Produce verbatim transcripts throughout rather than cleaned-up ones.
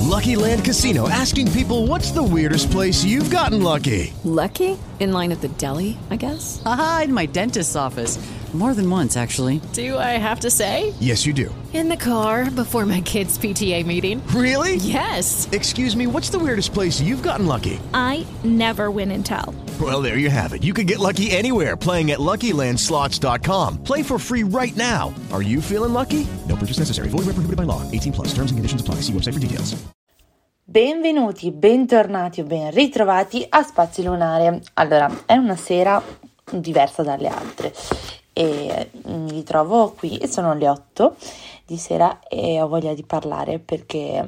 Lucky Land Casino, asking people, what's the weirdest place you've gotten lucky? Lucky? In line at the deli, I guess? Aha, in my dentist's office. More than once, actually. Do I have to say? Yes, you do. In the car before my kids' P T A meeting. Really? Yes. Excuse me, what's the weirdest place you've gotten lucky? I never win and tell. Well, there you have it. You can get lucky anywhere, playing at Lucky Land Slots dot com. Play for free right now. Are you feeling lucky? No purchase necessary. Void where prohibited by law. eighteen plus. Terms and conditions apply. See website for details. Benvenuti, bentornati o ben ritrovati a Spazio Lunare. Allora, è una sera diversa dalle altre e mi ritrovo qui e sono le otto di sera e ho voglia di parlare perché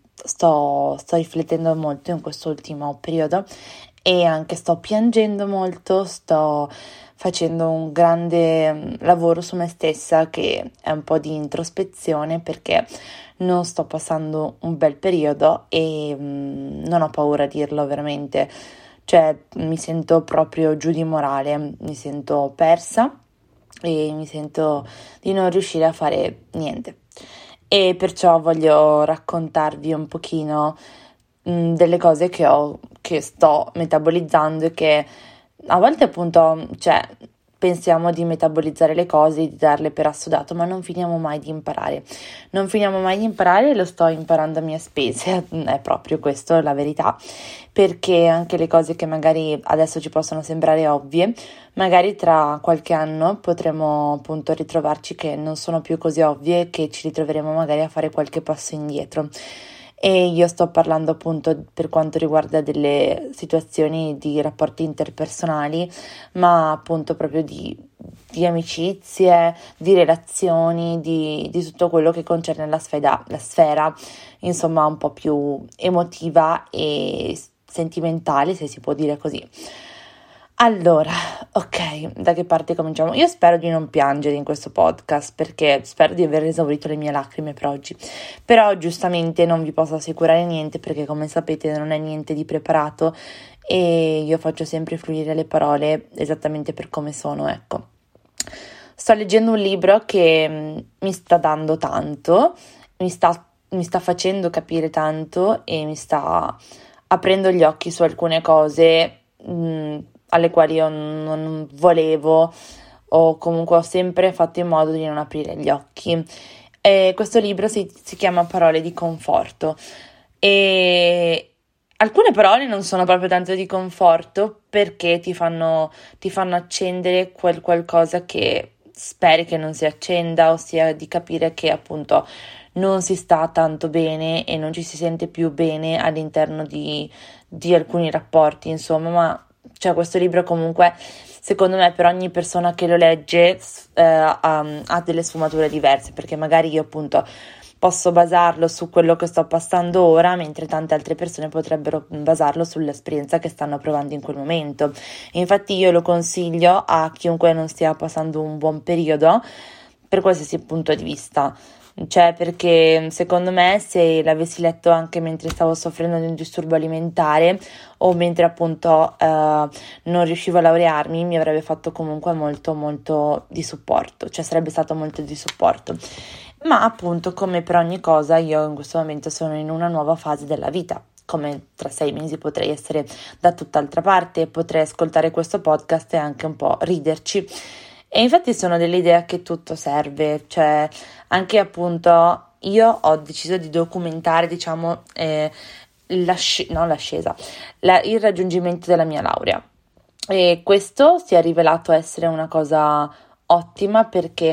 sto, sto riflettendo molto in questo ultimo periodo e anche sto piangendo molto, sto facendo un grande lavoro su me stessa che è un po' di introspezione perché non sto passando un bel periodo e mh, non ho paura a dirlo veramente, cioè mi sento proprio giù di morale, mi sento persa e mi sento di non riuscire a fare niente e perciò voglio raccontarvi un pochino mh, delle cose che ho, che sto metabolizzando e che a volte appunto, cioè pensiamo di metabolizzare le cose, di darle per assodato, ma non finiamo mai di imparare. Non finiamo mai di imparare e lo sto imparando a mie spese, è proprio questo la verità, perché anche le cose che magari adesso ci possono sembrare ovvie, magari tra qualche anno potremo appunto ritrovarci che non sono più così ovvie e che ci ritroveremo magari a fare qualche passo indietro. E io sto parlando appunto per quanto riguarda delle situazioni di rapporti interpersonali, ma appunto proprio di, di amicizie, di relazioni, di, di tutto quello che concerne la sfera, la sfera, insomma un po' più emotiva e sentimentale, se si può dire così. Allora, ok, da che parte cominciamo? Io spero di non piangere in questo podcast perché spero di aver esaurito le mie lacrime per oggi, però giustamente non vi posso assicurare niente perché come sapete non è niente di preparato e io faccio sempre fluire le parole esattamente per come sono, ecco. Sto leggendo un libro che mi sta dando tanto, mi sta, mi sta facendo capire tanto e mi sta aprendo gli occhi su alcune cose mh, alle quali io non volevo o comunque ho sempre fatto in modo di non aprire gli occhi. E questo libro si, si chiama Parole di conforto e alcune parole non sono proprio tanto di conforto perché ti fanno, ti fanno accendere quel qualcosa che speri che non si accenda, ossia di capire che appunto non si sta tanto bene e non ci si sente più bene all'interno di, di alcuni rapporti, insomma, ma cioè questo libro comunque secondo me per ogni persona che lo legge eh, ha, ha delle sfumature diverse perché magari io appunto posso basarlo su quello che sto passando ora mentre tante altre persone potrebbero basarlo sull'esperienza che stanno provando in quel momento. Infatti io lo consiglio a chiunque non stia passando un buon periodo per qualsiasi punto di vista. Cioè perché secondo me se l'avessi letto anche mentre stavo soffrendo di un disturbo alimentare o mentre appunto eh, non riuscivo a laurearmi mi avrebbe fatto comunque molto molto di supporto, cioè sarebbe stato molto di supporto. Ma appunto come per ogni cosa io in questo momento sono in una nuova fase della vita, come tra sei mesi potrei essere da tutt'altra parte, potrei ascoltare questo podcast e anche un po' riderci. E infatti sono dell'idea che tutto serve, cioè anche appunto io ho deciso di documentare diciamo eh, l'asc- no, l'ascesa, la, il raggiungimento della mia laurea e questo si è rivelato essere una cosa ottima perché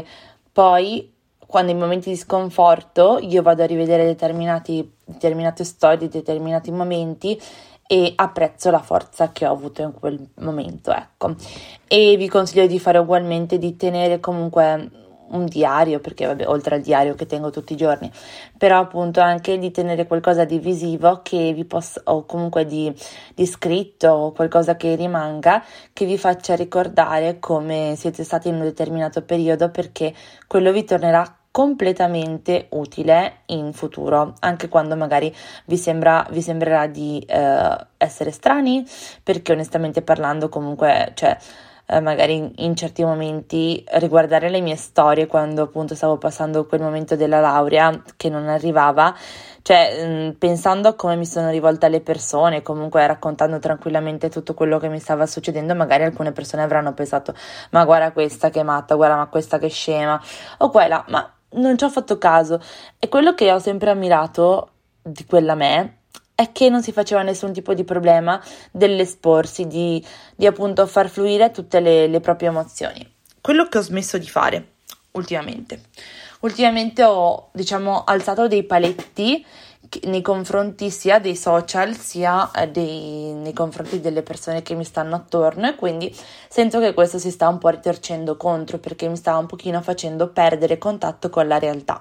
poi quando in momenti di sconforto io vado a rivedere determinati, determinate storie, determinati momenti e apprezzo la forza che ho avuto in quel momento, ecco. E vi consiglio di fare ugualmente, di tenere comunque un diario, perché vabbè, oltre al diario che tengo tutti i giorni, però appunto anche di tenere qualcosa di visivo che vi possa, o comunque di, di scritto o qualcosa che rimanga, che vi faccia ricordare come siete stati in un determinato periodo, perché quello vi tornerà completamente utile in futuro, anche quando magari vi sembra vi sembrerà di eh, essere strani, perché onestamente parlando comunque, cioè eh, magari in, in certi momenti riguardare le mie storie quando appunto stavo passando quel momento della laurea che non arrivava, cioè mh, pensando a come mi sono rivolta alle persone, comunque raccontando tranquillamente tutto quello che mi stava succedendo, magari alcune persone avranno pensato ma guarda questa che è matta, guarda ma questa che è scema o quella, ma non ci ho fatto caso. E quello che ho sempre ammirato di quella me è che non si faceva nessun tipo di problema dell'esporsi, di, di appunto far fluire tutte le, le proprie emozioni. Quello che ho smesso di fare ultimamente. Ultimamente ho, diciamo, alzato dei paletti nei confronti sia dei social sia dei, nei confronti delle persone che mi stanno attorno, e quindi sento che questo si sta un po' ritorcendo contro, perché mi sta un pochino facendo perdere contatto con la realtà.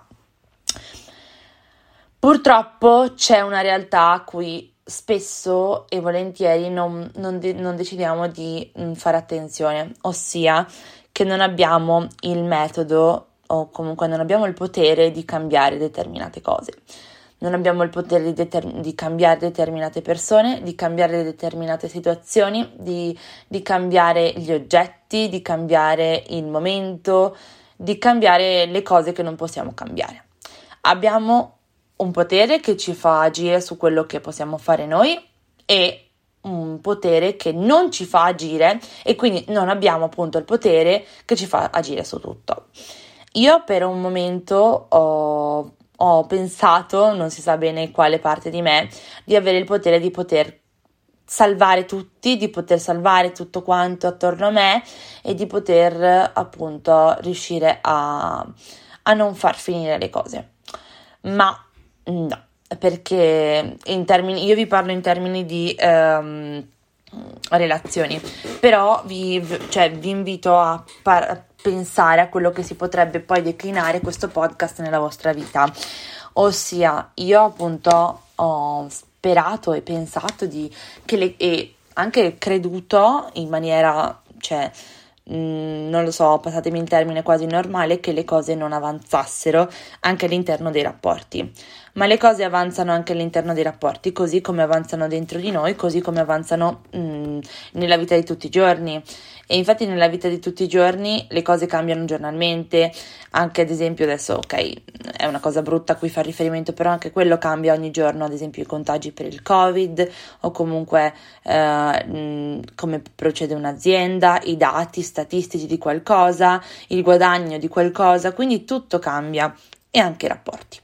Purtroppo c'è una realtà a cui spesso e volentieri non, non, de- non decidiamo di mh, fare attenzione, ossia che non abbiamo il metodo o comunque non abbiamo il potere di cambiare determinate cose. Non abbiamo il potere di, deter- di cambiare determinate persone, di cambiare determinate situazioni, di, di cambiare gli oggetti, di cambiare il momento, di cambiare le cose che non possiamo cambiare. Abbiamo un potere che ci fa agire su quello che possiamo fare noi e un potere che non ci fa agire, e quindi non abbiamo appunto il potere che ci fa agire su tutto. Io per un momento ho ho pensato, non si sa bene quale parte di me, di avere il potere di poter salvare tutti, di poter salvare tutto quanto attorno a me e di poter appunto riuscire a, a non far finire le cose. Ma no, perché in termini, io vi parlo in termini di ehm, relazioni, però vi, cioè, vi invito a par- pensare a quello che si potrebbe poi declinare questo podcast nella vostra vita, ossia io appunto ho sperato e pensato di che le, e anche creduto in maniera, cioè mh, non lo so, passatemi il termine quasi normale, che le cose non avanzassero anche all'interno dei rapporti. Ma le cose avanzano anche all'interno dei rapporti, così come avanzano dentro di noi, così come avanzano mh, nella vita di tutti i giorni. E infatti nella vita di tutti i giorni le cose cambiano giornalmente, anche ad esempio adesso, ok, è una cosa brutta a cui far riferimento, però anche quello cambia ogni giorno, ad esempio i contagi per il Covid o comunque eh, mh, come procede un'azienda, i dati statistici di qualcosa, il guadagno di qualcosa, quindi tutto cambia e anche i rapporti.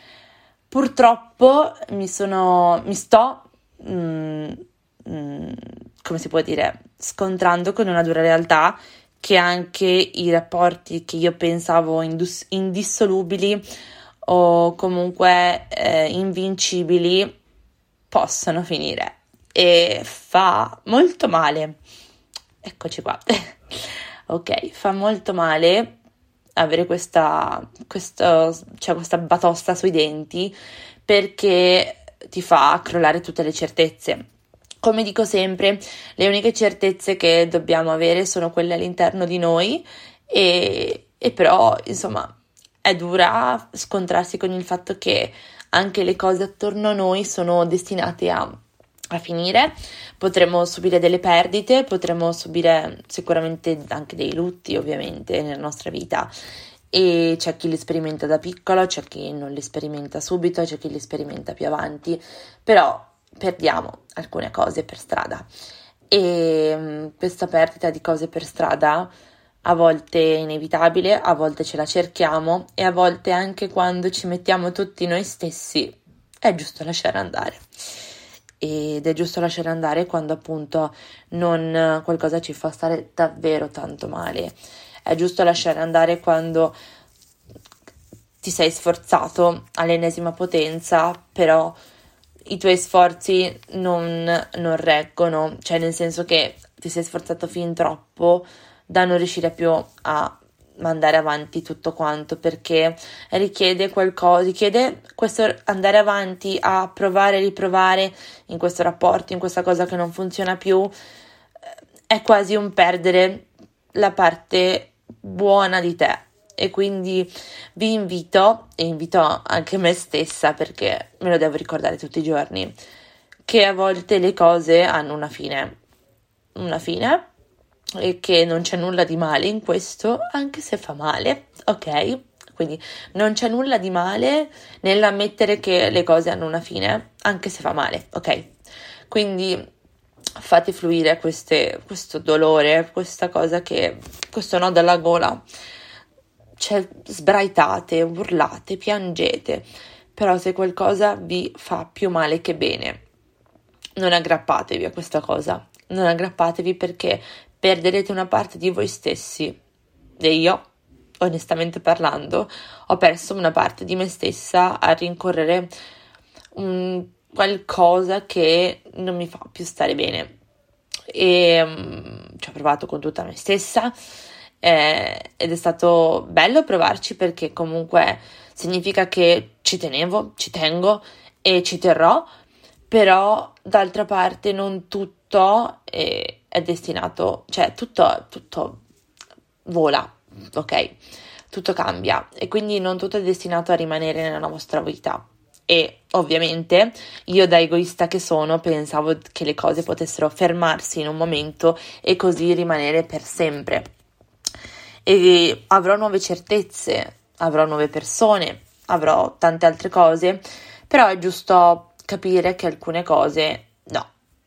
Purtroppo mi sono, mi sto, mh, mh, come si può dire, scontrando con una dura realtà, che anche i rapporti che io pensavo indus- indissolubili o comunque eh, invincibili possono finire, e fa molto male. Eccoci qua. Ok, fa molto male avere questa, questo, cioè questa batosta sui denti, perché ti fa crollare tutte le certezze. Come dico sempre, le uniche certezze che dobbiamo avere sono quelle all'interno di noi, e, e però insomma è dura scontrarsi con il fatto che anche le cose attorno a noi sono destinate a, a finire. Potremo subire delle perdite, potremo subire sicuramente anche dei lutti ovviamente nella nostra vita, e c'è chi li sperimenta da piccolo, c'è chi non li sperimenta subito, c'è chi li sperimenta più avanti, però perdiamo alcune cose per strada, e mh, questa perdita di cose per strada a volte è inevitabile, a volte ce la cerchiamo, e a volte anche quando ci mettiamo tutti noi stessi è giusto lasciare andare. Ed è giusto lasciare andare quando appunto non qualcosa ci fa stare davvero tanto male. È giusto lasciare andare quando ti sei sforzato all'ennesima potenza, però i tuoi sforzi non, non reggono, cioè nel senso che ti sei sforzato fin troppo da non riuscire più a mandare avanti tutto quanto, perché richiede qualcosa, richiede questo andare avanti a provare e riprovare in questo rapporto, in questa cosa che non funziona più, è quasi un perdere la parte buona di te. E quindi vi invito, e invito anche me stessa, perché me lo devo ricordare tutti i giorni, che a volte le cose hanno una fine, una fine, e che non c'è nulla di male in questo, anche se fa male, ok? Quindi non c'è nulla di male nell'ammettere che le cose hanno una fine, anche se fa male, ok? Quindi fate fluire queste, questo dolore, questa cosa che, questo nodo alla gola, cioè sbraitate, urlate, piangete, però se qualcosa vi fa più male che bene, non aggrappatevi a questa cosa, non aggrappatevi perché perderete una parte di voi stessi. E io, onestamente parlando, ho perso una parte di me stessa a rincorrere un qualcosa che non mi fa più stare bene, e um, ci ho provato con tutta me stessa, eh, ed è stato bello provarci perché comunque significa che ci tenevo, ci tengo e ci terrò, però d'altra parte non tutto è, è destinato, cioè tutto, tutto vola, ok? Tutto cambia e quindi non tutto è destinato a rimanere nella vostra vita. E ovviamente io, da egoista che sono, pensavo che le cose potessero fermarsi in un momento e così rimanere per sempre, e avrò nuove certezze, avrò nuove persone, avrò tante altre cose, però è giusto capire che alcune cose no.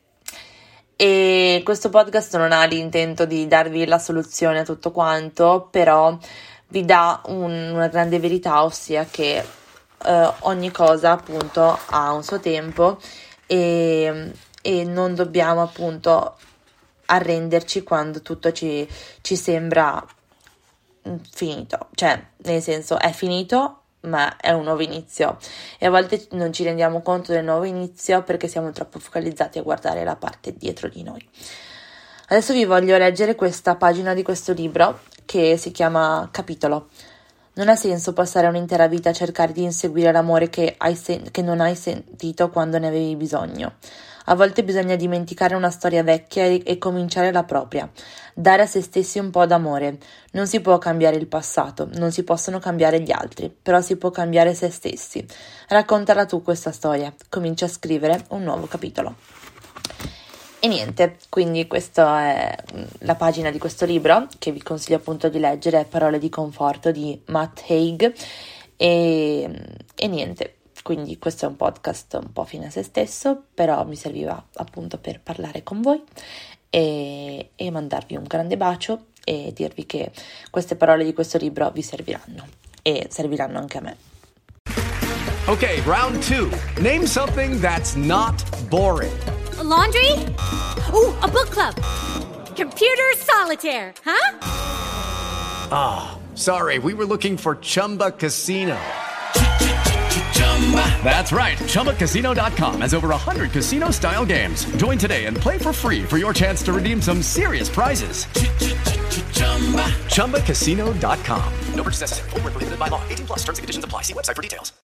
E questo podcast non ha l'intento di darvi la soluzione a tutto quanto, però vi dà un, una grande verità, ossia che Uh, ogni cosa appunto ha un suo tempo e, e non dobbiamo appunto arrenderci quando tutto ci, ci sembra finito, cioè nel senso è finito ma è un nuovo inizio, e a volte non ci rendiamo conto del nuovo inizio perché siamo troppo focalizzati a guardare la parte dietro di noi. Adesso vi voglio leggere questa pagina di questo libro che si chiama Capitolo. Non ha senso passare un'intera vita a cercare di inseguire l'amore che, hai sen- che non hai sentito quando ne avevi bisogno. A volte bisogna dimenticare una storia vecchia e-, e cominciare la propria. Dare a se stessi un po' d'amore. Non si può cambiare il passato, non si possono cambiare gli altri, però si può cambiare se stessi. Raccontala tu questa storia. Comincia a scrivere un nuovo capitolo. E niente, quindi questa è la pagina di questo libro che vi consiglio appunto di leggere, Parole di conforto di Matt Haig, e, e niente, quindi questo è un podcast un po' fine a se stesso, però mi serviva appunto per parlare con voi e, e mandarvi un grande bacio e dirvi che queste parole di questo libro vi serviranno e serviranno anche a me. Okay, round two. Name something that's not boring. A laundry? Ooh, a book club. Computer solitaire, huh? Ah, oh, sorry, we were looking for Chumba Casino. That's right, Chumba Casino dot com has over one hundred casino-style games. Join today and play for free for your chance to redeem some serious prizes. Chumba Casino dot com. No purchase necessary. Void where prohibited by law. eighteen plus terms and conditions apply. See website for details.